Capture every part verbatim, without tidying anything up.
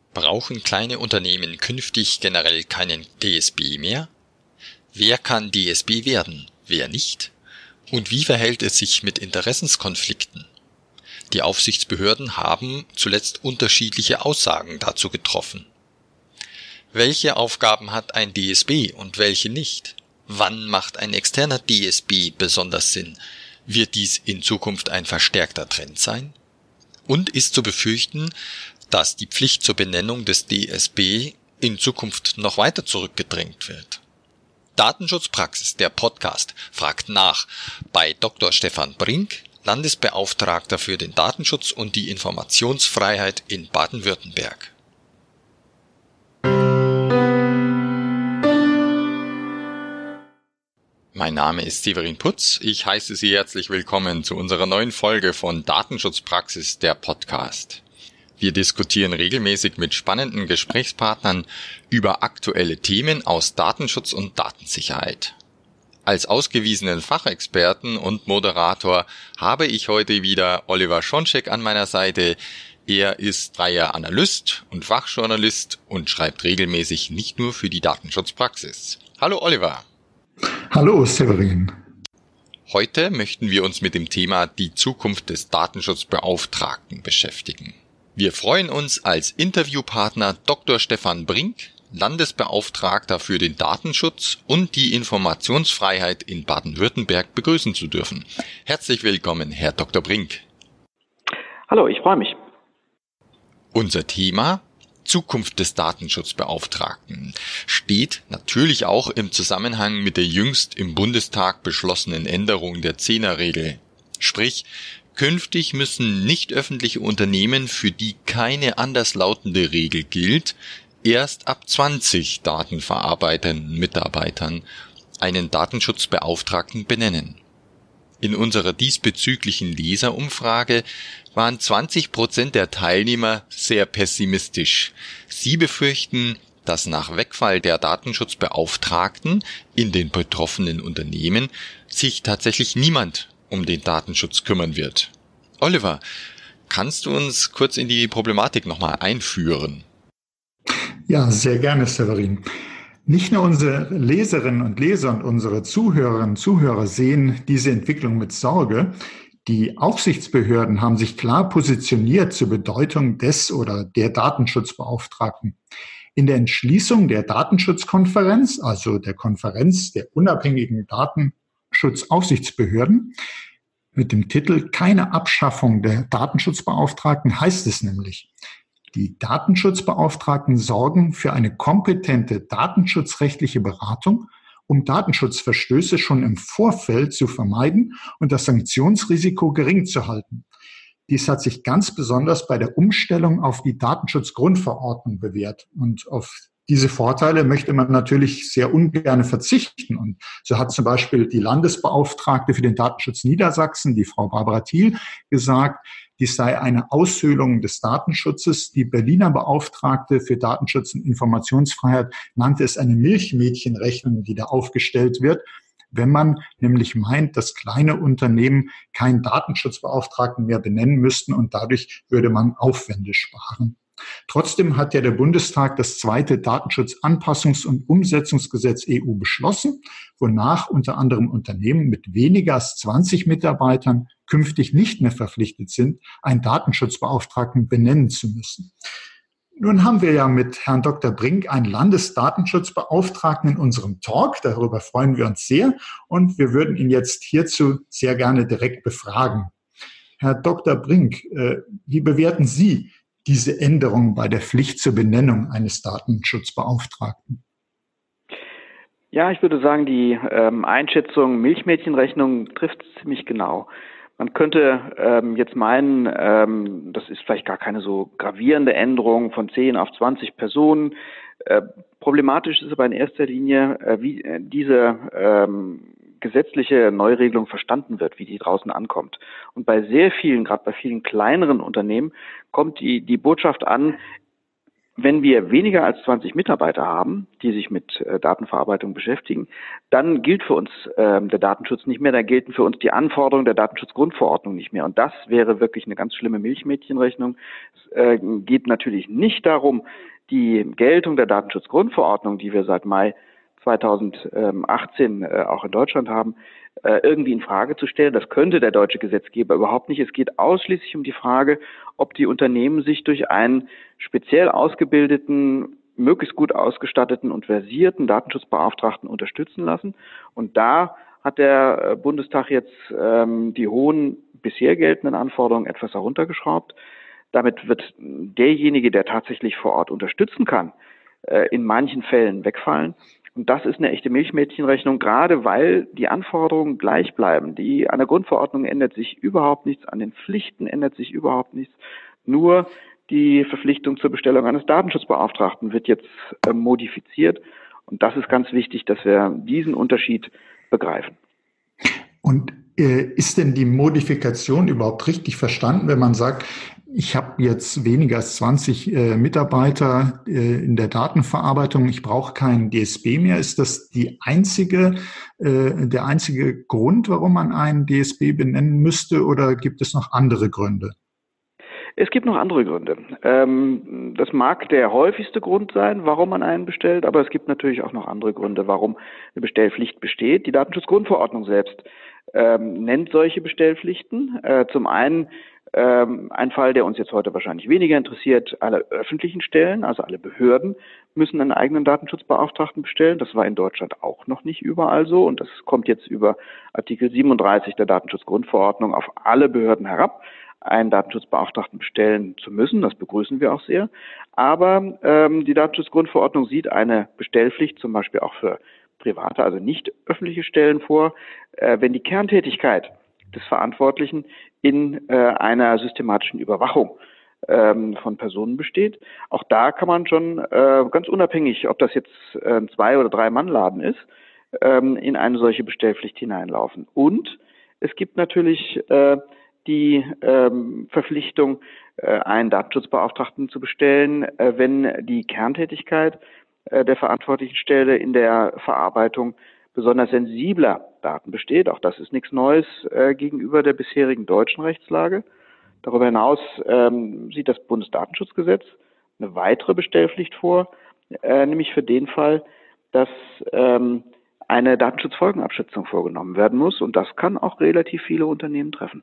Brauchen kleine Unternehmen künftig generell keinen D S B mehr? Wer kann D S B werden, wer nicht? Und wie verhält es sich mit Interessenskonflikten? Die Aufsichtsbehörden haben zuletzt unterschiedliche Aussagen dazu getroffen. Welche Aufgaben hat ein D S B und welche nicht? Wann macht ein externer D S B besonders Sinn? Wird dies in Zukunft ein verstärkter Trend sein? Und ist zu befürchten, dass die Pflicht zur Benennung des D S B in Zukunft noch weiter zurückgedrängt wird? Datenschutzpraxis, der Podcast, fragt nach bei Doktor Stefan Brink, Landesbeauftragter für den Datenschutz und die Informationsfreiheit in Baden-Württemberg. Mein Name ist Severin Putz. Ich heiße Sie herzlich willkommen zu unserer neuen Folge von Datenschutzpraxis, der Podcast. Wir diskutieren regelmäßig mit spannenden Gesprächspartnern über aktuelle Themen aus Datenschutz und Datensicherheit. Als ausgewiesenen Fachexperten und Moderator habe ich heute wieder Oliver Schoncheck an meiner Seite. Er ist freier Analyst und Fachjournalist und schreibt regelmäßig nicht nur für die Datenschutzpraxis. Hallo Oliver. Hallo Severin. Heute möchten wir uns mit dem Thema die Zukunft des Datenschutzbeauftragten beschäftigen. Wir freuen uns, als Interviewpartner Doktor Stefan Brink, Landesbeauftragter für den Datenschutz und die Informationsfreiheit in Baden-Württemberg, begrüßen zu dürfen. Herzlich willkommen, Herr Doktor Brink. Hallo, ich freue mich. Unser Thema: Zukunft des Datenschutzbeauftragten steht natürlich auch im Zusammenhang mit der jüngst im Bundestag beschlossenen Änderung der Zehner-Regel. Sprich, künftig müssen nicht öffentliche Unternehmen, für die keine anderslautende Regel gilt, erst ab zwanzig datenverarbeitenden Mitarbeitern einen Datenschutzbeauftragten benennen. In unserer diesbezüglichen Leserumfrage waren zwanzig Prozent der Teilnehmer sehr pessimistisch. Sie befürchten, dass nach Wegfall der Datenschutzbeauftragten in den betroffenen Unternehmen sich tatsächlich niemand um den Datenschutz kümmern wird. Oliver, kannst du uns kurz in die Problematik nochmal einführen? Ja, sehr gerne, Severin. Nicht nur unsere Leserinnen und Leser und unsere Zuhörerinnen und Zuhörer sehen diese Entwicklung mit Sorge. Die Aufsichtsbehörden haben sich klar positioniert zur Bedeutung des oder der Datenschutzbeauftragten. In der Entschließung der Datenschutzkonferenz, also der Konferenz der unabhängigen Datenschutzaufsichtsbehörden, mit dem Titel Keine Abschaffung der Datenschutzbeauftragten heißt es nämlich: Die Datenschutzbeauftragten sorgen für eine kompetente datenschutzrechtliche Beratung, um Datenschutzverstöße schon im Vorfeld zu vermeiden und das Sanktionsrisiko gering zu halten. Dies hat sich ganz besonders bei der Umstellung auf die Datenschutzgrundverordnung bewährt. Und auf diese Vorteile möchte man natürlich sehr ungern verzichten. Und so hat zum Beispiel die Landesbeauftragte für den Datenschutz Niedersachsen, die Frau Barbara Thiel, gesagt, dies sei eine Aushöhlung des Datenschutzes. Die Berliner Beauftragte für Datenschutz und Informationsfreiheit nannte es eine Milchmädchenrechnung, die da aufgestellt wird, wenn man nämlich meint, dass kleine Unternehmen keinen Datenschutzbeauftragten mehr benennen müssten und dadurch würde man Aufwände sparen. Trotzdem hat ja der Bundestag das zweite Datenschutzanpassungs- und Umsetzungsgesetz E U beschlossen, wonach unter anderem Unternehmen mit weniger als zwanzig Mitarbeitern künftig nicht mehr verpflichtet sind, einen Datenschutzbeauftragten benennen zu müssen. Nun haben wir ja mit Herrn Doktor Brink einen Landesdatenschutzbeauftragten in unserem Talk. Darüber freuen wir uns sehr und wir würden ihn jetzt hierzu sehr gerne direkt befragen. Herr Doktor Brink, wie bewerten Sie diese Änderung bei der Pflicht zur Benennung eines Datenschutzbeauftragten? Ja, ich würde sagen, die ähm, Einschätzung Milchmädchenrechnung trifft ziemlich genau. Man könnte ähm, jetzt meinen, ähm, das ist vielleicht gar keine so gravierende Änderung von zehn auf zwanzig Personen. Äh, problematisch ist aber in erster Linie, äh, wie äh, diese ähm, gesetzliche Neuregelung verstanden wird, wie die draußen ankommt. Und bei sehr vielen, gerade bei vielen kleineren Unternehmen, kommt die, die Botschaft an: Wenn wir weniger als zwanzig Mitarbeiter haben, die sich mit äh, Datenverarbeitung beschäftigen, dann gilt für uns äh, der Datenschutz nicht mehr, dann gelten für uns die Anforderungen der Datenschutzgrundverordnung nicht mehr. Und das wäre wirklich eine ganz schlimme Milchmädchenrechnung. Es äh, geht natürlich nicht darum, die Geltung der Datenschutzgrundverordnung, die wir seit Mai zweitausendachtzehn äh, auch in Deutschland haben, äh, irgendwie in Frage zu stellen. Das könnte der deutsche Gesetzgeber überhaupt nicht. Es geht ausschließlich um die Frage, ob die Unternehmen sich durch einen speziell ausgebildeten, möglichst gut ausgestatteten und versierten Datenschutzbeauftragten unterstützen lassen. Und da hat der Bundestag jetzt ähm, die hohen bisher geltenden Anforderungen etwas heruntergeschraubt. Damit wird derjenige, der tatsächlich vor Ort unterstützen kann, äh, in manchen Fällen wegfallen. Und das ist eine echte Milchmädchenrechnung, gerade weil die Anforderungen gleich bleiben. Die, an der Grundverordnung ändert sich überhaupt nichts, an den Pflichten ändert sich überhaupt nichts. Nur die Verpflichtung zur Bestellung eines Datenschutzbeauftragten wird jetzt äh, modifiziert. Und das ist ganz wichtig, dass wir diesen Unterschied begreifen. Und äh, ist denn die Modifikation überhaupt richtig verstanden, wenn man sagt, ich habe jetzt weniger als zwanzig äh, Mitarbeiter äh, in der Datenverarbeitung, ich brauche keinen D S B mehr? Ist das die einzige, äh, der einzige Grund, warum man einen D S B benennen müsste, oder gibt es noch andere Gründe? Es gibt noch andere Gründe. Ähm, das mag der häufigste Grund sein, warum man einen bestellt, aber es gibt natürlich auch noch andere Gründe, warum eine Bestellpflicht besteht. Die Datenschutzgrundverordnung selbst ähm, nennt solche Bestellpflichten. Äh, zum einen ähm, ein Fall, der uns jetzt heute wahrscheinlich weniger interessiert: alle öffentlichen Stellen, also alle Behörden, müssen einen eigenen Datenschutzbeauftragten bestellen. Das war in Deutschland auch noch nicht überall so, und das kommt jetzt über Artikel siebenunddreißig der Datenschutzgrundverordnung auf alle Behörden herab, einen Datenschutzbeauftragten bestellen zu müssen. Das begrüßen wir auch sehr. Aber ähm, die Datenschutzgrundverordnung sieht eine Bestellpflicht zum Beispiel auch für private, also nicht öffentliche Stellen vor, äh, wenn die Kerntätigkeit des Verantwortlichen in äh, einer systematischen Überwachung ähm, von Personen besteht. Auch da kann man schon äh, ganz unabhängig, ob das jetzt äh, ein Zwei- oder Drei-Mann-Laden ist, ähm, in eine solche Bestellpflicht hineinlaufen. Und es gibt natürlich äh, die ähm, Verpflichtung, äh, einen Datenschutzbeauftragten zu bestellen, äh, wenn die Kerntätigkeit äh, der verantwortlichen Stelle in der Verarbeitung besonders sensibler Daten besteht. Auch das ist nichts Neues äh, gegenüber der bisherigen deutschen Rechtslage. Darüber hinaus ähm, sieht das Bundesdatenschutzgesetz eine weitere Bestellpflicht vor, äh, nämlich für den Fall, dass ähm, eine Datenschutzfolgenabschätzung vorgenommen werden muss. Und das kann auch relativ viele Unternehmen treffen.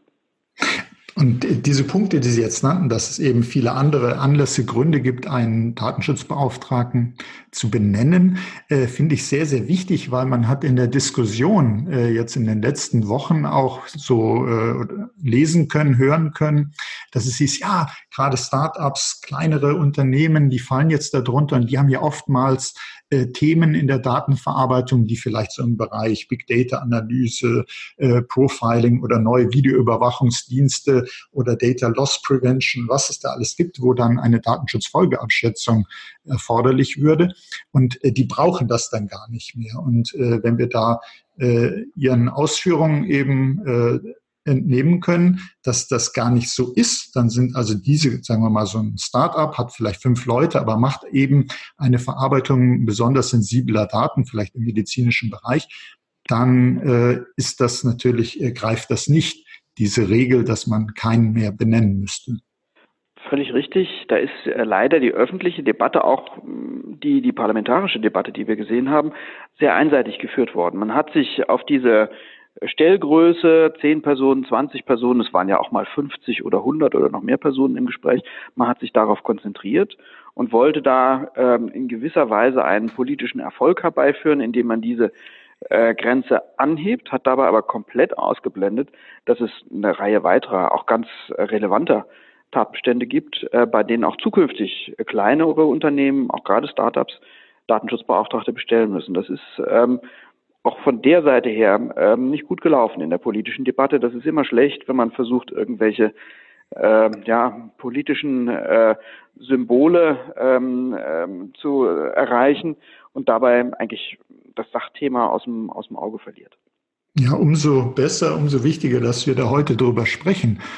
Und diese Punkte, die Sie jetzt nannten, dass es eben viele andere Anlässe, Gründe gibt, einen Datenschutzbeauftragten zu benennen, äh, finde ich sehr, sehr wichtig, weil man hat in der Diskussion äh, jetzt in den letzten Wochen auch so äh, lesen können, hören können, dass es hieß, ja, gerade Start-ups, kleinere Unternehmen, die fallen jetzt darunter, und die haben ja oftmals äh, Themen in der Datenverarbeitung, die vielleicht so im Bereich Big Data Analyse, äh, Profiling oder neue Videoüberwachungsdienste oder Data Loss Prevention, was es da alles gibt, wo dann eine Datenschutzfolgeabschätzung erforderlich würde. Und äh, die brauchen das dann gar nicht mehr. Und äh, wenn wir da äh, Ihren Ausführungen eben äh, entnehmen können, dass das gar nicht so ist, dann sind also diese, sagen wir mal, so ein Start-up hat vielleicht fünf Leute, aber macht eben eine Verarbeitung besonders sensibler Daten, vielleicht im medizinischen Bereich, dann äh, ist das natürlich, äh, greift das nicht, diese Regel, dass man keinen mehr benennen müsste. Völlig richtig. Da ist äh, leider die öffentliche Debatte, auch die, die parlamentarische Debatte, die wir gesehen haben, sehr einseitig geführt worden. Man hat sich auf diese Stellgröße, zehn Personen, zwanzig Personen, es waren ja auch mal fünfzig oder hundert oder noch mehr Personen im Gespräch, man hat sich darauf konzentriert und wollte da ähm, in gewisser Weise einen politischen Erfolg herbeiführen, indem man diese äh, Grenze anhebt, hat dabei aber komplett ausgeblendet, dass es eine Reihe weiterer, auch ganz relevanter Tatbestände gibt, äh, bei denen auch zukünftig kleinere Unternehmen, auch gerade Startups, Datenschutzbeauftragte bestellen müssen. Das ist ähm, auch von der Seite her ähm, nicht gut gelaufen in der politischen Debatte. Das ist immer schlecht, wenn man versucht, irgendwelche äh, ja, politischen äh, Symbole ähm, ähm, zu erreichen und dabei eigentlich das Sachthema aus dem, aus dem Auge verliert. Ja, umso besser, umso wichtiger, dass wir da heute drüber sprechen.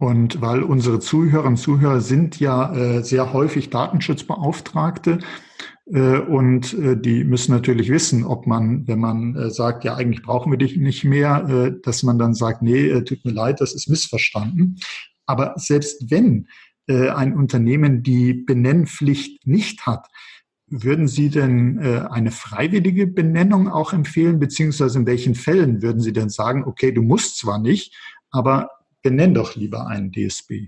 Und weil unsere Zuhörerinnen und Zuhörer sind ja äh, sehr häufig Datenschutzbeauftragte äh, und äh, die müssen natürlich wissen, ob man, wenn man äh, sagt, ja eigentlich brauchen wir dich nicht mehr, äh, dass man dann sagt, nee, äh, tut mir leid, das ist missverstanden. Aber selbst wenn äh, ein Unternehmen die Benennpflicht nicht hat, würden Sie denn äh, eine freiwillige Benennung auch empfehlen, beziehungsweise in welchen Fällen würden Sie denn sagen, okay, du musst zwar nicht, aber benenn doch lieber einen D S B?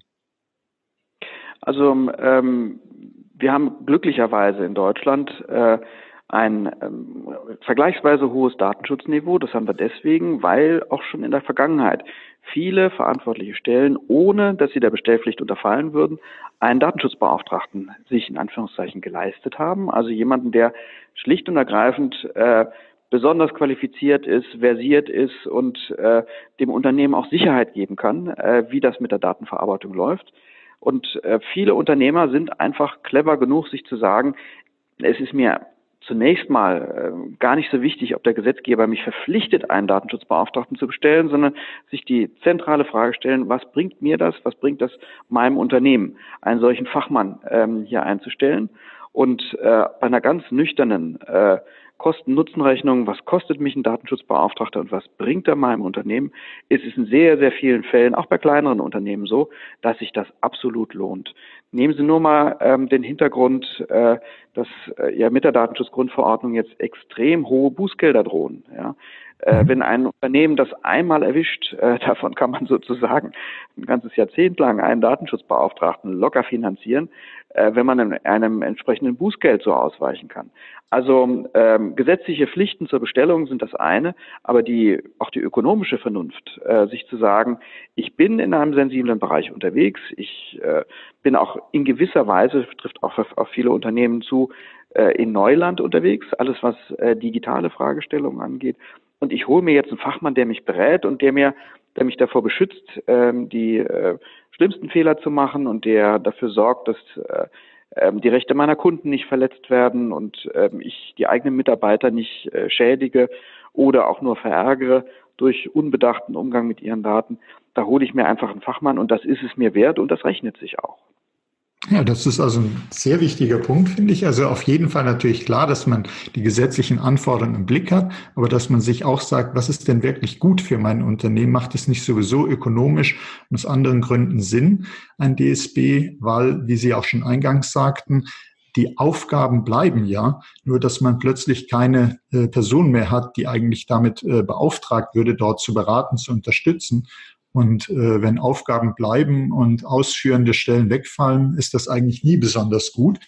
Also ähm, wir haben glücklicherweise in Deutschland äh, ein ähm, vergleichsweise hohes Datenschutzniveau. Das haben wir deswegen, weil auch schon in der Vergangenheit viele verantwortliche Stellen, ohne dass sie der Bestellpflicht unterfallen würden, einen Datenschutzbeauftragten sich in Anführungszeichen geleistet haben. Also jemanden, der schlicht und ergreifend äh, besonders qualifiziert ist, versiert ist und äh, dem Unternehmen auch Sicherheit geben kann, äh, wie das mit der Datenverarbeitung läuft. Und äh, viele Unternehmer sind einfach clever genug, sich zu sagen, es ist mir zunächst mal äh, gar nicht so wichtig, ob der Gesetzgeber mich verpflichtet, einen Datenschutzbeauftragten zu bestellen, sondern sich die zentrale Frage stellen, was bringt mir das, was bringt das meinem Unternehmen, einen solchen Fachmann ähm, hier einzustellen. Und äh, bei einer ganz nüchternen äh, Kosten-Nutzen-Rechnung, was kostet mich ein Datenschutzbeauftragter und was bringt er meinem Unternehmen, ist es in sehr, sehr vielen Fällen, auch bei kleineren Unternehmen so, dass sich das absolut lohnt. Nehmen Sie nur mal ähm, den Hintergrund, äh, dass äh, ja mit der Datenschutzgrundverordnung jetzt extrem hohe Bußgelder drohen. Ja. Äh, wenn ein Unternehmen das einmal erwischt, äh, davon kann man sozusagen ein ganzes Jahrzehnt lang einen Datenschutzbeauftragten locker finanzieren, äh, wenn man in einem entsprechenden Bußgeld so ausweichen kann. Also ähm, gesetzliche Pflichten zur Bestellung sind das eine, aber die auch die ökonomische Vernunft, äh, sich zu sagen, ich bin in einem sensiblen Bereich unterwegs, ich äh, bin auch in gewisser Weise, trifft auch auf viele Unternehmen zu, äh, in Neuland unterwegs, alles was äh, digitale Fragestellungen angeht. Und ich hole mir jetzt einen Fachmann, der mich berät und der mir, der mich davor beschützt, ähm, die äh, schlimmsten Fehler zu machen und der dafür sorgt, dass äh, ähm, die Rechte meiner Kunden nicht verletzt werden und ähm, ich die eigenen Mitarbeiter nicht äh, schädige oder auch nur verärgere durch unbedachten Umgang mit ihren Daten. Da hole ich mir einfach einen Fachmann und das ist es mir wert und das rechnet sich auch. Ja, das ist also ein sehr wichtiger Punkt, finde ich. Also auf jeden Fall natürlich klar, dass man die gesetzlichen Anforderungen im Blick hat, aber dass man sich auch sagt, was ist denn wirklich gut für mein Unternehmen? Macht es nicht sowieso ökonomisch und aus anderen Gründen Sinn, ein D S B? Weil, wie Sie auch schon eingangs sagten, die Aufgaben bleiben ja, nur dass man plötzlich keine äh, Person mehr hat, die eigentlich damit äh, beauftragt würde, dort zu beraten, zu unterstützen. Und äh, wenn Aufgaben bleiben und ausführende Stellen wegfallen, ist das eigentlich nie besonders gut.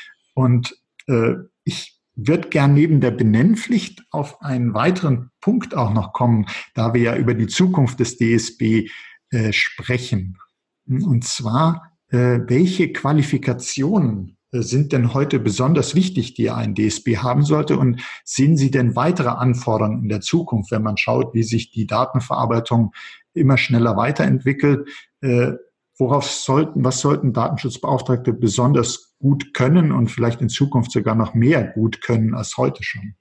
Und äh, ich würde gern neben der Benennpflicht auf einen weiteren Punkt auch noch kommen, da wir ja über die Zukunft des D S B äh, sprechen. Und zwar, äh, welche Qualifikationen äh, sind denn heute besonders wichtig, die ein D S B haben sollte? Und sehen Sie denn weitere Anforderungen in der Zukunft, wenn man schaut, wie sich die Datenverarbeitung immer schneller weiterentwickelt? Äh, worauf sollten, was sollten Datenschutzbeauftragte besonders gut können und vielleicht in Zukunft sogar noch mehr gut können als heute schon?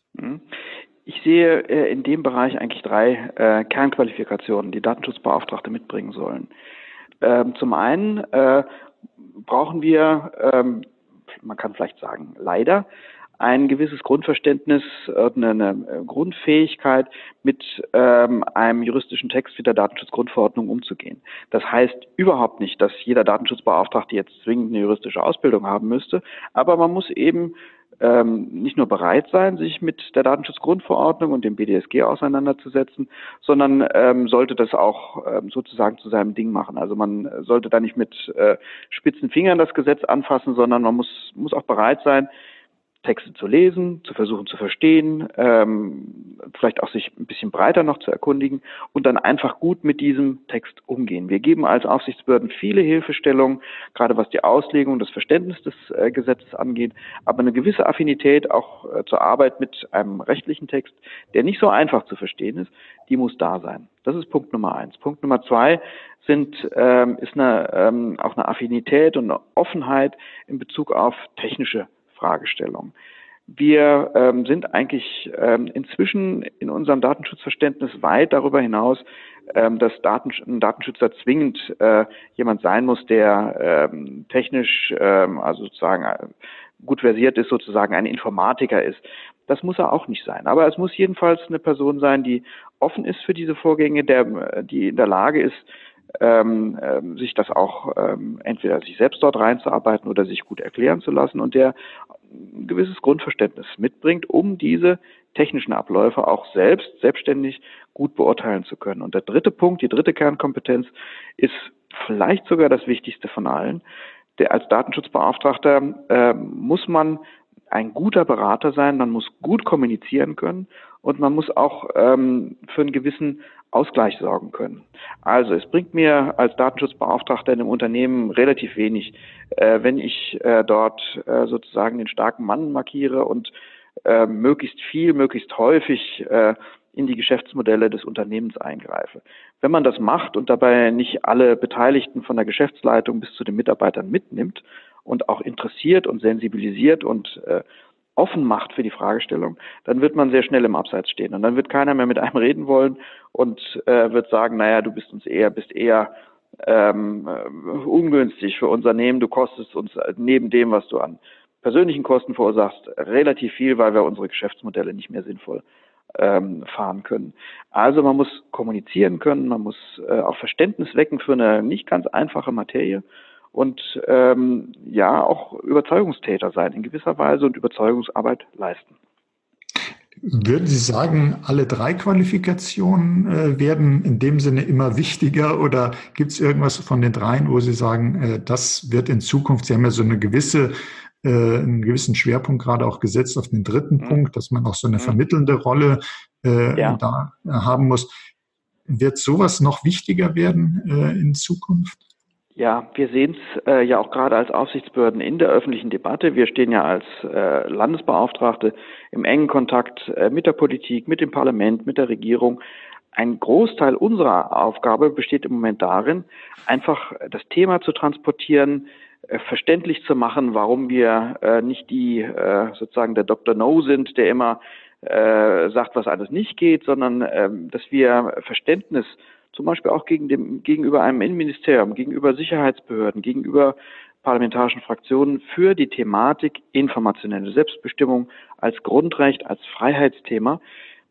Ich sehe äh, in dem Bereich eigentlich drei äh, Kernqualifikationen, die Datenschutzbeauftragte mitbringen sollen. Ähm, zum einen äh, brauchen wir, ähm, man kann vielleicht sagen, leider, ein gewisses Grundverständnis, eine, eine Grundfähigkeit, mit ähm, einem juristischen Text wie der Datenschutzgrundverordnung umzugehen. Das heißt überhaupt nicht, dass jeder Datenschutzbeauftragte jetzt zwingend eine juristische Ausbildung haben müsste, aber man muss eben ähm, nicht nur bereit sein, sich mit der Datenschutzgrundverordnung und dem B D S G auseinanderzusetzen, sondern ähm, sollte das auch ähm, sozusagen zu seinem Ding machen. Also man sollte da nicht mit äh, spitzen Fingern das Gesetz anfassen, sondern man muss, muss auch bereit sein, Texte zu lesen, zu versuchen zu verstehen, ähm, vielleicht auch sich ein bisschen breiter noch zu erkundigen und dann einfach gut mit diesem Text umgehen. Wir geben als Aufsichtsbehörden viele Hilfestellungen, gerade was die Auslegung und das Verständnis des äh, Gesetzes angeht, aber eine gewisse Affinität auch äh, zur Arbeit mit einem rechtlichen Text, der nicht so einfach zu verstehen ist, die muss da sein. Das ist Punkt Nummer eins. Punkt Nummer zwei sind, ähm, ist eine, ähm, auch eine Affinität und eine Offenheit in Bezug auf technische Fragestellung. Wir ähm, sind eigentlich ähm, inzwischen in unserem Datenschutzverständnis weit darüber hinaus, ähm, dass Daten, ein Datenschützer zwingend äh, jemand sein muss, der ähm, technisch, ähm, also sozusagen äh, gut versiert ist, sozusagen ein Informatiker ist. Das muss er auch nicht sein. Aber es muss jedenfalls eine Person sein, die offen ist für diese Vorgänge, der, die in der Lage ist, ähm, ähm, sich das auch ähm, entweder sich selbst dort reinzuarbeiten oder sich gut erklären zu lassen und der ein gewisses Grundverständnis mitbringt, um diese technischen Abläufe auch selbst, selbstständig gut beurteilen zu können. Und der dritte Punkt, die dritte Kernkompetenz ist vielleicht sogar das Wichtigste von allen. Der, als Datenschutzbeauftragter äh, muss man ein guter Berater sein, man muss gut kommunizieren können und man muss auch ähm, für einen gewissen Ausgleich sorgen können. Also es bringt mir als Datenschutzbeauftragter in einem Unternehmen relativ wenig, äh, wenn ich äh, dort äh, sozusagen den starken Mann markiere und äh, möglichst viel, möglichst häufig äh, in die Geschäftsmodelle des Unternehmens eingreife. Wenn man das macht und dabei nicht alle Beteiligten von der Geschäftsleitung bis zu den Mitarbeitern mitnimmt und auch interessiert und sensibilisiert und äh, offen macht für die Fragestellung, dann wird man sehr schnell im Abseits stehen. Und dann wird keiner mehr mit einem reden wollen und äh, wird sagen, naja, du bist uns eher, bist eher ähm, ungünstig für unser Unternehmen, du kostest uns neben dem, was du an persönlichen Kosten verursachst, relativ viel, weil wir unsere Geschäftsmodelle nicht mehr sinnvoll ähm, fahren können. Also man muss kommunizieren können, man muss äh, auch Verständnis wecken für eine nicht ganz einfache Materie. Und ähm, ja, auch Überzeugungstäter sein in gewisser Weise und Überzeugungsarbeit leisten. Würden Sie sagen, alle drei Qualifikationen äh, werden in dem Sinne immer wichtiger oder gibt es irgendwas von den dreien, wo Sie sagen, äh, das wird in Zukunft, Sie haben ja so eine gewisse, äh, einen gewissen Schwerpunkt gerade auch gesetzt auf den dritten mhm. Punkt, dass man auch so eine vermittelnde Rolle äh, ja. da äh, haben muss. Wird sowas noch wichtiger werden äh, in Zukunft? Ja, wir sehen es äh, ja auch gerade als Aufsichtsbehörden in der öffentlichen Debatte. Wir stehen ja als äh, Landesbeauftragte im engen Kontakt äh, mit der Politik, mit dem Parlament, mit der Regierung. Ein Großteil unserer Aufgabe besteht im Moment darin, einfach das Thema zu transportieren, äh, verständlich zu machen, warum wir äh, nicht die äh, sozusagen der Doktor No sind, der immer äh, sagt, was alles nicht geht, sondern äh, dass wir Verständnis zum Beispiel auch gegen dem, gegenüber einem Innenministerium, gegenüber Sicherheitsbehörden, gegenüber parlamentarischen Fraktionen für die Thematik informationelle Selbstbestimmung als Grundrecht, als Freiheitsthema,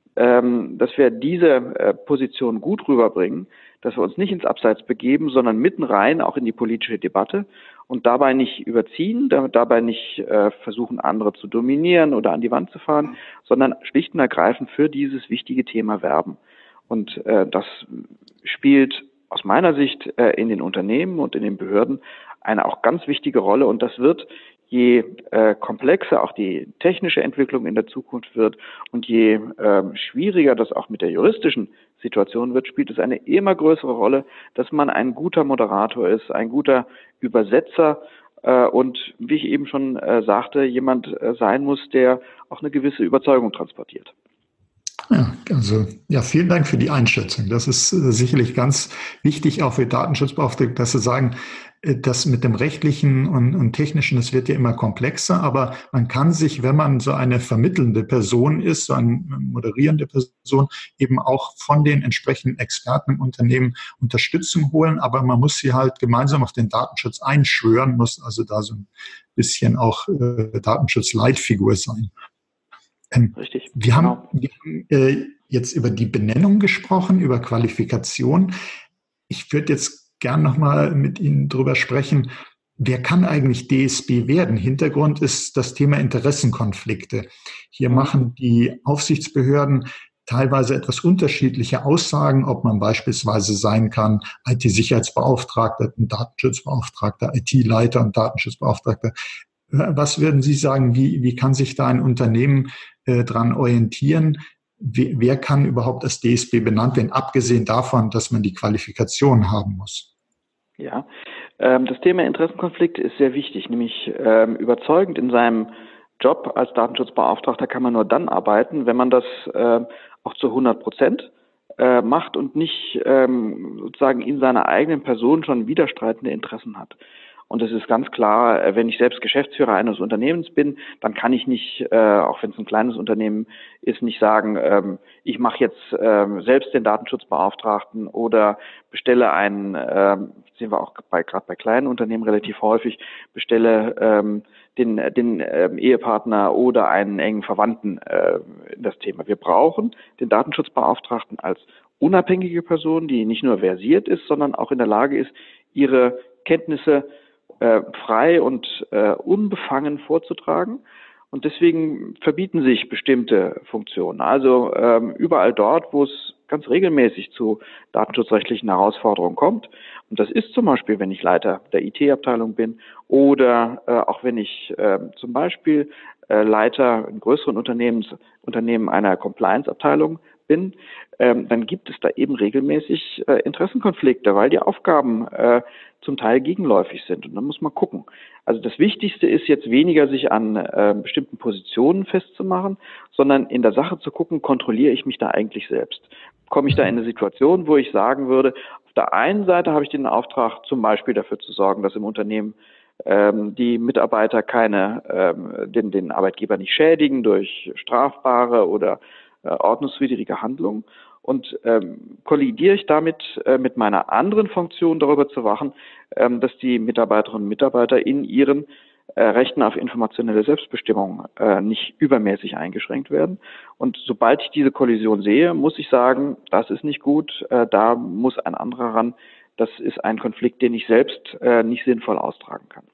ähm, dass wir diese äh, Position gut rüberbringen, dass wir uns nicht ins Abseits begeben, sondern mitten rein auch in die politische Debatte und dabei nicht überziehen, dabei nicht äh, versuchen, andere zu dominieren oder an die Wand zu fahren, sondern schlicht und ergreifend für dieses wichtige Thema werben. Und äh, das spielt aus meiner Sicht äh, in den Unternehmen und in den Behörden eine auch ganz wichtige Rolle. Und das wird, je äh, komplexer auch die technische Entwicklung in der Zukunft wird und je äh, schwieriger das auch mit der juristischen Situation wird, spielt es eine immer größere Rolle, dass man ein guter Moderator ist, ein guter Übersetzer äh, und, wie ich eben schon äh, sagte, jemand äh, sein muss, der auch eine gewisse Überzeugung transportiert. Ja, also ja, vielen Dank für die Einschätzung. Das ist äh, sicherlich ganz wichtig, auch für Datenschutzbeauftragte, dass sie sagen, äh, das mit dem Rechtlichen und, und Technischen, das wird ja immer komplexer, aber man kann sich, wenn man so eine vermittelnde Person ist, so eine moderierende Person, eben auch von den entsprechenden Experten im Unternehmen Unterstützung holen, aber man muss sie halt gemeinsam auf den Datenschutz einschwören, muss also da so ein bisschen auch äh, Datenschutz-Leitfigur sein. Ähm, Richtig. Wir haben, Genau. wir haben äh, jetzt über die Benennung gesprochen, über Qualifikation. Ich würde jetzt gern nochmal mit Ihnen drüber sprechen. Wer kann eigentlich D S B werden? Hintergrund ist das Thema Interessenkonflikte. Hier mhm. machen die Aufsichtsbehörden teilweise etwas unterschiedliche Aussagen, ob man beispielsweise sein kann I T-Sicherheitsbeauftragter, Datenschutzbeauftragter, I T-Leiter und Datenschutzbeauftragter. Was würden Sie sagen, wie, wie kann sich da ein Unternehmen äh, dran orientieren? Wie, wer kann überhaupt als D S B benannt werden, abgesehen davon, dass man die Qualifikation haben muss? Ja, ähm, das Thema Interessenkonflikt ist sehr wichtig, nämlich ähm, überzeugend in seinem Job als Datenschutzbeauftragter kann man nur dann arbeiten, wenn man das äh, auch zu hundert Prozent äh, macht und nicht ähm, sozusagen in seiner eigenen Person schon widerstreitende Interessen hat. Und es ist ganz klar, äh, wenn ich selbst Geschäftsführer eines Unternehmens bin, dann kann ich nicht, äh, auch wenn es ein kleines Unternehmen ist, nicht sagen, ähm, ich mache jetzt ähm, selbst den Datenschutzbeauftragten oder bestelle einen, ähm, sehen wir auch bei gerade bei kleinen Unternehmen relativ häufig, bestelle ähm, den, den ähm, Ehepartner oder einen engen Verwandten äh, in das Thema. Wir brauchen den Datenschutzbeauftragten als unabhängige Person, die nicht nur versiert ist, sondern auch in der Lage ist, ihre Kenntnisse äh, frei und äh, unbefangen vorzutragen. Und deswegen verbieten sich bestimmte Funktionen. Also ähm, überall dort, wo es ganz regelmäßig zu datenschutzrechtlichen Herausforderungen kommt. Und das ist zum Beispiel, wenn ich Leiter der I T-Abteilung bin oder äh, auch wenn ich äh, zum Beispiel äh, Leiter in größeren Unternehmens, Unternehmen einer Compliance-Abteilung bin, ähm, dann gibt es da eben regelmäßig äh, Interessenkonflikte, weil die Aufgaben äh, zum Teil gegenläufig sind. Und dann muss man gucken. Also das Wichtigste ist jetzt weniger, sich an äh, bestimmten Positionen festzumachen, sondern in der Sache zu gucken, kontrolliere ich mich da eigentlich selbst? Komme ich da in eine Situation, wo ich sagen würde, auf der einen Seite habe ich den Auftrag, zum Beispiel dafür zu sorgen, dass im Unternehmen ähm, die Mitarbeiter keine, ähm, den, den Arbeitgeber nicht schädigen durch strafbare oder äh, ordnungswidrige Handlungen. Und ähm, kollidiere ich damit äh, mit meiner anderen Funktion, darüber zu wachen, ähm, dass die Mitarbeiterinnen und Mitarbeiter in ihren äh, Rechten auf informationelle Selbstbestimmung äh, nicht übermäßig eingeschränkt werden. Und sobald ich diese Kollision sehe, muss ich sagen, das ist nicht gut, äh, da muss ein anderer ran. Das ist ein Konflikt, den ich selbst äh, nicht sinnvoll austragen kann.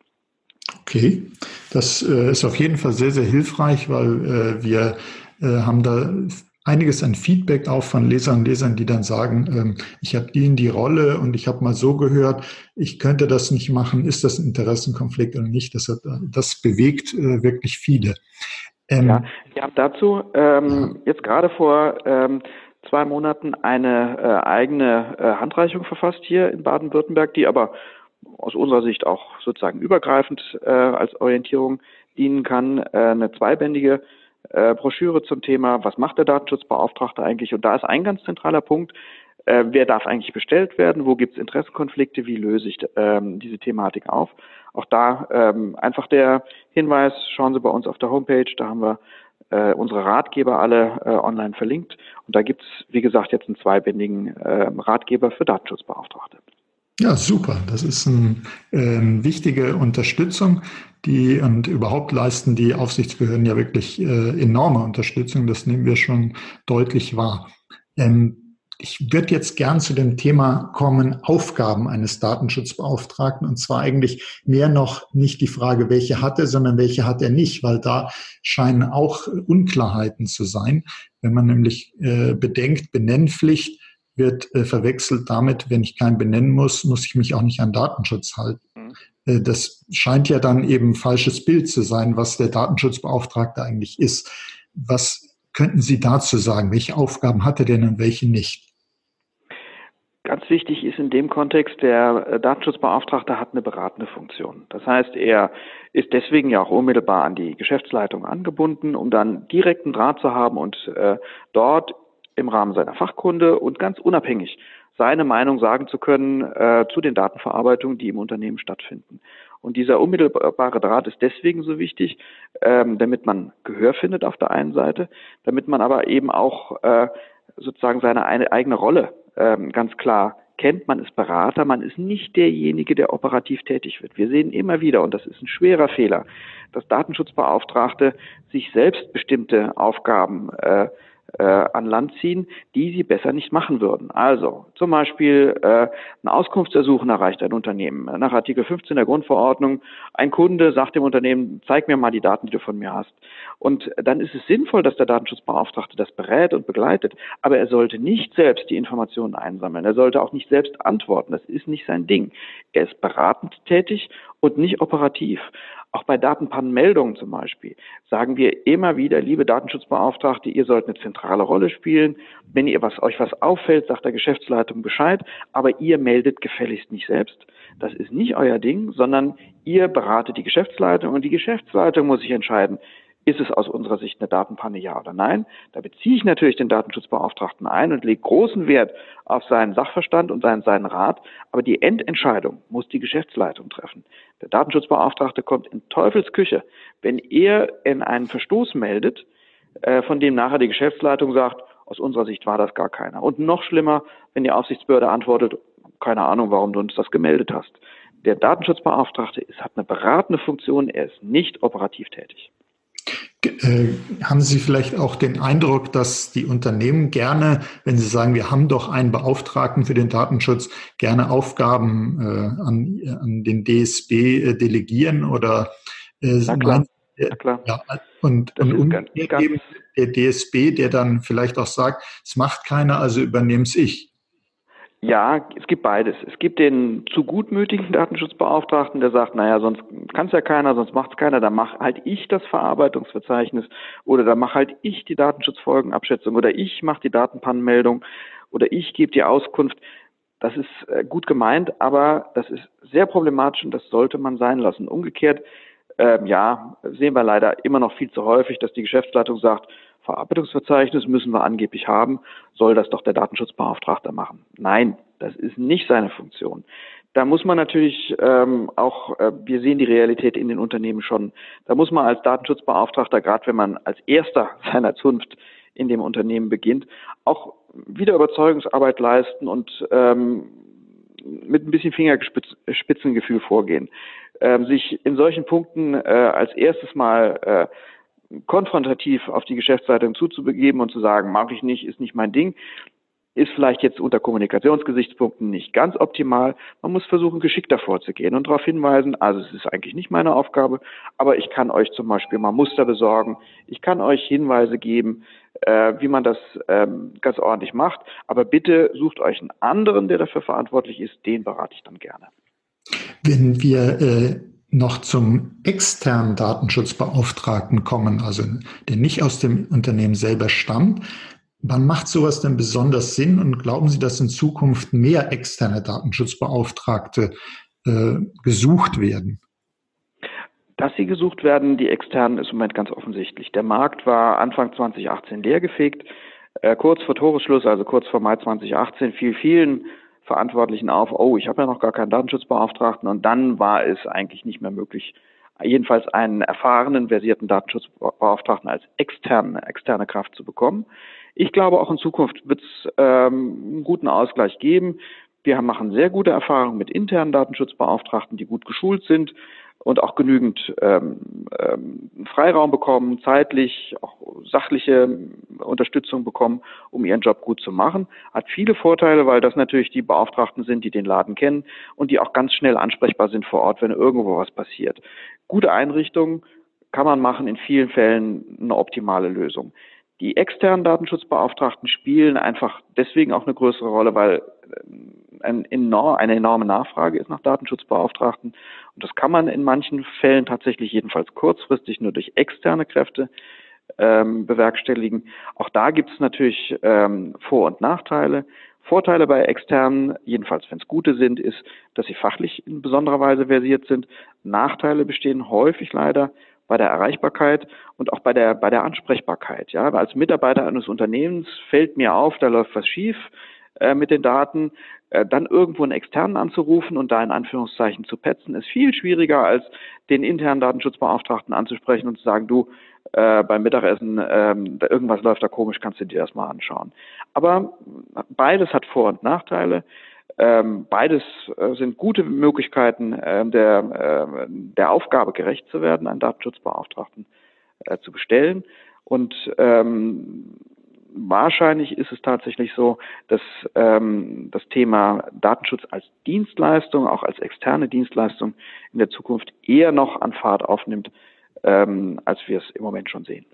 Okay, das äh, ist auf jeden Fall sehr, sehr hilfreich, weil äh, wir äh, haben da einiges an Feedback auch von Lesern und Lesern, die dann sagen, ähm, ich habe die in die Rolle und ich habe mal so gehört, ich könnte das nicht machen, ist das ein Interessenkonflikt oder nicht? Das, hat, das bewegt äh, wirklich viele. Ähm, ja, wir haben dazu ähm, ja. jetzt gerade vor ähm, zwei Monaten eine äh, eigene äh, Handreichung verfasst hier in Baden-Württemberg, die aber aus unserer Sicht auch sozusagen übergreifend äh, als Orientierung dienen kann, äh, eine zweibändige Äh, Broschüre zum Thema, was macht der Datenschutzbeauftragte eigentlich? Und da ist ein ganz zentraler Punkt, äh, wer darf eigentlich bestellt werden, wo gibt es Interessenkonflikte, wie löse ich ähm, diese Thematik auf? Auch da ähm, einfach der Hinweis, schauen Sie bei uns auf der Homepage, da haben wir äh, unsere Ratgeber alle äh, online verlinkt. Und da gibt es, wie gesagt, jetzt einen zweibändigen äh, Ratgeber für Datenschutzbeauftragte. Ja, super. Das ist eine äh, wichtige Unterstützung, die und überhaupt leisten die Aufsichtsbehörden ja wirklich äh, enorme Unterstützung. Das nehmen wir schon deutlich wahr. Ähm, ich würde jetzt gern zu dem Thema kommen, Aufgaben eines Datenschutzbeauftragten, und zwar eigentlich mehr noch nicht die Frage, welche hat er, sondern welche hat er nicht, weil da scheinen auch Unklarheiten zu sein. Wenn man nämlich äh, bedenkt, Benennpflicht wird äh, verwechselt damit, wenn ich keinen benennen muss, muss ich mich auch nicht an Datenschutz halten. Mhm. Äh, das scheint ja dann eben ein falsches Bild zu sein, was der Datenschutzbeauftragte eigentlich ist. Was könnten Sie dazu sagen? Welche Aufgaben hat er denn und welche nicht? Ganz wichtig ist in dem Kontext, der Datenschutzbeauftragte hat eine beratende Funktion. Das heißt, er ist deswegen ja auch unmittelbar an die Geschäftsleitung angebunden, um dann direkten Draht zu haben und äh, dort im Rahmen seiner Fachkunde und ganz unabhängig seine Meinung sagen zu können äh, zu den Datenverarbeitungen, die im Unternehmen stattfinden. Und dieser unmittelbare Draht ist deswegen so wichtig, ähm, damit man Gehör findet auf der einen Seite, damit man aber eben auch äh, sozusagen seine eine, eigene Rolle ähm, ganz klar kennt. Man ist Berater, man ist nicht derjenige, der operativ tätig wird. Wir sehen immer wieder, und das ist ein schwerer Fehler, dass Datenschutzbeauftragte sich selbst bestimmte Aufgaben äh, Äh, an Land ziehen, die sie besser nicht machen würden. Also zum Beispiel äh, ein Auskunftsersuchen erreicht ein Unternehmen. Nach Artikel fünfzehn der Grundverordnung, ein Kunde sagt dem Unternehmen, zeig mir mal die Daten, die du von mir hast. Und dann ist es sinnvoll, dass der Datenschutzbeauftragte das berät und begleitet, aber er sollte nicht selbst die Informationen einsammeln. Er sollte auch nicht selbst antworten. Das ist nicht sein Ding. Er ist beratend tätig und nicht operativ. Auch bei Datenpannenmeldungen zum Beispiel sagen wir immer wieder, liebe Datenschutzbeauftragte, ihr sollt eine zentrale Rolle spielen. Wenn ihr was, euch was auffällt, sagt der Geschäftsleitung Bescheid, aber ihr meldet gefälligst nicht selbst. Das ist nicht euer Ding, sondern ihr beratet die Geschäftsleitung und die Geschäftsleitung muss sich entscheiden, ist es aus unserer Sicht eine Datenpanne, ja oder nein? Da beziehe ich natürlich den Datenschutzbeauftragten ein und lege großen Wert auf seinen Sachverstand und seinen, seinen Rat. Aber die Endentscheidung muss die Geschäftsleitung treffen. Der Datenschutzbeauftragte kommt in Teufelsküche, wenn er in einen Verstoß meldet, äh, von dem nachher die Geschäftsleitung sagt, aus unserer Sicht war das gar keiner. Und noch schlimmer, wenn die Aufsichtsbehörde antwortet, keine Ahnung, warum du uns das gemeldet hast. Der Datenschutzbeauftragte ist, hat eine beratende Funktion, er ist nicht operativ tätig. Äh, haben Sie vielleicht auch den Eindruck, dass die Unternehmen gerne, wenn sie sagen, wir haben doch einen Beauftragten für den Datenschutz, gerne Aufgaben äh, an, an den D S B äh, delegieren oder äh, Na klar. meinen, äh, Na klar. ja, und, und umgekehrt eben der D S B, der dann vielleicht auch sagt, es macht keiner, also übernehme es ich. Ja, es gibt beides. Es gibt den zu gutmütigen Datenschutzbeauftragten, der sagt, naja, sonst kann es ja keiner, sonst macht es keiner, dann mache halt ich das Verarbeitungsverzeichnis oder dann mache halt ich die Datenschutzfolgenabschätzung oder ich mache die Datenpannenmeldung oder ich gebe die Auskunft. Das ist äh, gut gemeint, aber das ist sehr problematisch und das sollte man sein lassen. Umgekehrt, ähm, ja, sehen wir leider immer noch viel zu häufig, dass die Geschäftsleitung sagt, Verarbeitungsverzeichnis müssen wir angeblich haben, soll das doch der Datenschutzbeauftragte machen. Nein, das ist nicht seine Funktion. Da muss man natürlich ähm, auch, äh, wir sehen die Realität in den Unternehmen schon, da muss man als Datenschutzbeauftragter, gerade wenn man als Erster seiner Zunft in dem Unternehmen beginnt, auch wieder Überzeugungsarbeit leisten und ähm, mit ein bisschen Fingerspitzengefühl vorgehen. Ähm, sich in solchen Punkten äh, als erstes mal äh, konfrontativ auf die Geschäftsleitung zuzubegeben und zu sagen, mache ich nicht, ist nicht mein Ding, ist vielleicht jetzt unter Kommunikationsgesichtspunkten nicht ganz optimal. Man muss versuchen, geschickter vorzugehen und darauf hinweisen, also es ist eigentlich nicht meine Aufgabe, aber ich kann euch zum Beispiel mal Muster besorgen, ich kann euch Hinweise geben, äh, wie man das ähm, ganz ordentlich macht, aber bitte sucht euch einen anderen, der dafür verantwortlich ist, den berate ich dann gerne. Wenn wir äh noch zum externen Datenschutzbeauftragten kommen, also der nicht aus dem Unternehmen selber stammt. Wann macht sowas denn besonders Sinn und glauben Sie, dass in Zukunft mehr externe Datenschutzbeauftragte äh, gesucht werden? Dass sie gesucht werden, die externen, ist im Moment ganz offensichtlich. Der Markt war Anfang zwanzig achtzehn leergefegt. Äh, kurz vor Toresschluss, also kurz vor Mai zwanzig achtzehn, fiel vielen Verantwortlichen auf, oh, ich habe ja noch gar keinen Datenschutzbeauftragten und dann war es eigentlich nicht mehr möglich, jedenfalls einen erfahrenen, versierten Datenschutzbeauftragten als externe, externe Kraft zu bekommen. Ich glaube, auch in Zukunft wird es ähm, einen guten Ausgleich geben. Wir haben, machen sehr gute Erfahrungen mit internen Datenschutzbeauftragten, die gut geschult sind und auch genügend ähm, ähm, Freiraum bekommen, zeitlich, auch sachliche Unterstützung bekommen, um ihren Job gut zu machen. Hat viele Vorteile, weil das natürlich die Beauftragten sind, die den Laden kennen und die auch ganz schnell ansprechbar sind vor Ort, wenn irgendwo was passiert. Gute Einrichtung kann man machen, in vielen Fällen eine optimale Lösung. Die externen Datenschutzbeauftragten spielen einfach deswegen auch eine größere Rolle, weil ein enorm, eine enorme Nachfrage ist nach Datenschutzbeauftragten. Und das kann man in manchen Fällen tatsächlich jedenfalls kurzfristig nur durch externe Kräfte ähm, bewerkstelligen. Auch da gibt es natürlich ähm, Vor- und Nachteile. Vorteile bei externen, jedenfalls wenn es gute sind, ist, dass sie fachlich in besonderer Weise versiert sind. Nachteile bestehen häufig leider bei der Erreichbarkeit und auch bei der bei der Ansprechbarkeit. Ja, als Mitarbeiter eines Unternehmens fällt mir auf, da läuft was schief äh, mit den Daten. Äh, dann irgendwo einen externen anzurufen und da in Anführungszeichen zu petzen, ist viel schwieriger, als den internen Datenschutzbeauftragten anzusprechen und zu sagen, du, äh, beim Mittagessen, äh, da irgendwas läuft da komisch, kannst du dir das mal anschauen. Aber beides hat Vor- und Nachteile. Ähm, beides äh, sind gute Möglichkeiten, äh, der, äh, der Aufgabe gerecht zu werden, einen Datenschutzbeauftragten äh, zu bestellen. Und ähm, wahrscheinlich ist es tatsächlich so, dass ähm, das Thema Datenschutz als Dienstleistung, auch als externe Dienstleistung in der Zukunft eher noch an Fahrt aufnimmt, ähm, als wir es im Moment schon sehen.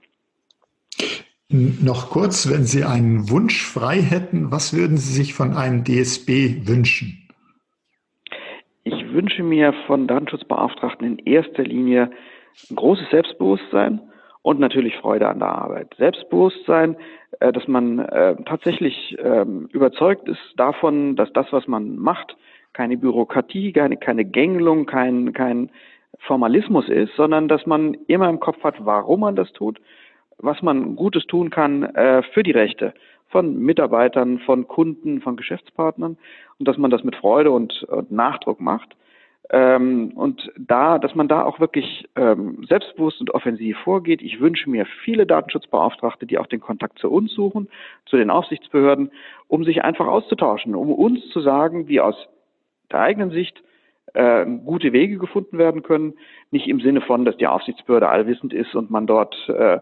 Noch kurz, wenn Sie einen Wunsch frei hätten, was würden Sie sich von einem D S B wünschen? Ich wünsche mir von Datenschutzbeauftragten in erster Linie ein großes Selbstbewusstsein und natürlich Freude an der Arbeit. Selbstbewusstsein, äh, dass man äh, tatsächlich äh, überzeugt ist davon, dass das, was man macht, keine Bürokratie, keine, keine Gängelung, kein, kein Formalismus ist, sondern dass man immer im Kopf hat, warum man das tut, was man Gutes tun kann äh, für die Rechte von Mitarbeitern, von Kunden, von Geschäftspartnern und dass man das mit Freude und, und Nachdruck macht. Ähm, und da, dass man da auch wirklich ähm, selbstbewusst und offensiv vorgeht. Ich wünsche mir viele Datenschutzbeauftragte, die auch den Kontakt zu uns suchen, zu den Aufsichtsbehörden, um sich einfach auszutauschen, um uns zu sagen, wie aus der eigenen Sicht äh, gute Wege gefunden werden können. Nicht im Sinne von, dass die Aufsichtsbehörde allwissend ist und man dort äh,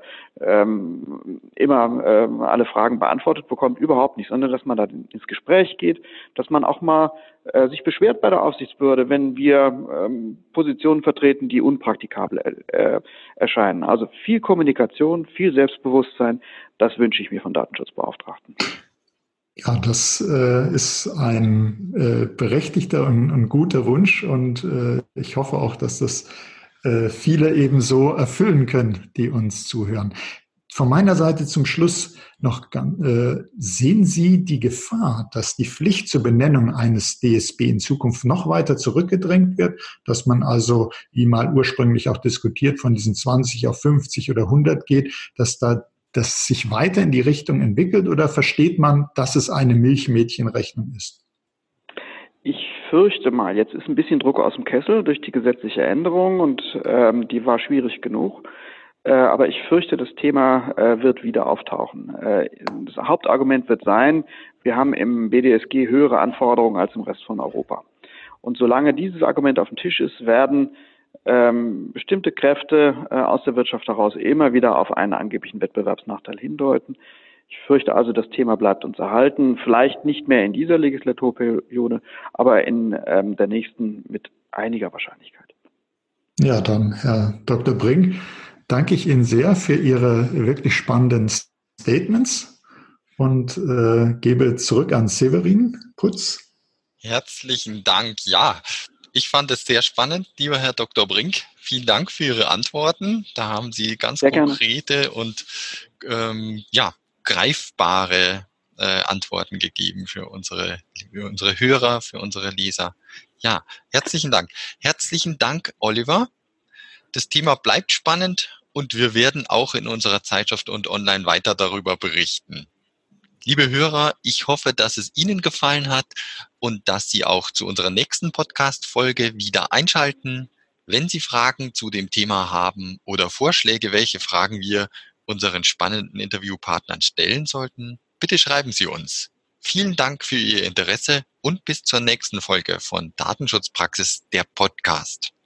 ähm, immer äh, alle Fragen beantwortet bekommt, überhaupt nicht, sondern dass man da ins Gespräch geht, dass man auch mal äh, sich beschwert bei der Aufsichtsbehörde, wenn wir ähm, Positionen vertreten, die unpraktikabel äh, erscheinen. Also viel Kommunikation, viel Selbstbewusstsein, das wünsche ich mir von Datenschutzbeauftragten. Ja, das äh, ist ein äh, berechtigter und, und guter Wunsch und äh, ich hoffe auch, dass das äh, viele ebenso erfüllen können, die uns zuhören. Von meiner Seite zum Schluss noch, äh, sehen Sie die Gefahr, dass die Pflicht zur Benennung eines D S B in Zukunft noch weiter zurückgedrängt wird, dass man also, wie mal ursprünglich auch diskutiert, von diesen zwanzig auf fünfzig oder hundert geht, dass da das sich weiter in die Richtung entwickelt, oder versteht man, dass es eine Milchmädchenrechnung ist? Ich fürchte mal, jetzt ist ein bisschen Druck aus dem Kessel durch die gesetzliche Änderung und ähm, die war schwierig genug. Äh, aber ich fürchte, das Thema äh, wird wieder auftauchen. Äh, das Hauptargument wird sein, wir haben im B D S G höhere Anforderungen als im Rest von Europa. Und solange dieses Argument auf dem Tisch ist, werden Ähm, bestimmte Kräfte äh, aus der Wirtschaft heraus immer wieder auf einen angeblichen Wettbewerbsnachteil hindeuten. Ich fürchte also, das Thema bleibt uns erhalten. Vielleicht nicht mehr in dieser Legislaturperiode, aber in ähm, der nächsten mit einiger Wahrscheinlichkeit. Ja, dann, Herr Doktor Brink, danke ich Ihnen sehr für Ihre wirklich spannenden Statements und äh, gebe zurück an Severin Putz. Herzlichen Dank. Ja, ich fand es sehr spannend, lieber Herr Doktor Brink. Vielen Dank für Ihre Antworten. Da haben Sie ganz sehr konkrete gerne. und ähm, ja, greifbare äh, Antworten gegeben für unsere, für unsere Hörer, für unsere Leser. Ja, herzlichen Dank. Herzlichen Dank, Oliver. Das Thema bleibt spannend und wir werden auch in unserer Zeitschrift und online weiter darüber berichten. Liebe Hörer, ich hoffe, dass es Ihnen gefallen hat und dass Sie auch zu unserer nächsten Podcast-Folge wieder einschalten. Wenn Sie Fragen zu dem Thema haben oder Vorschläge, welche Fragen wir unseren spannenden Interviewpartnern stellen sollten, bitte schreiben Sie uns. Vielen Dank für Ihr Interesse und bis zur nächsten Folge von Datenschutzpraxis, der Podcast.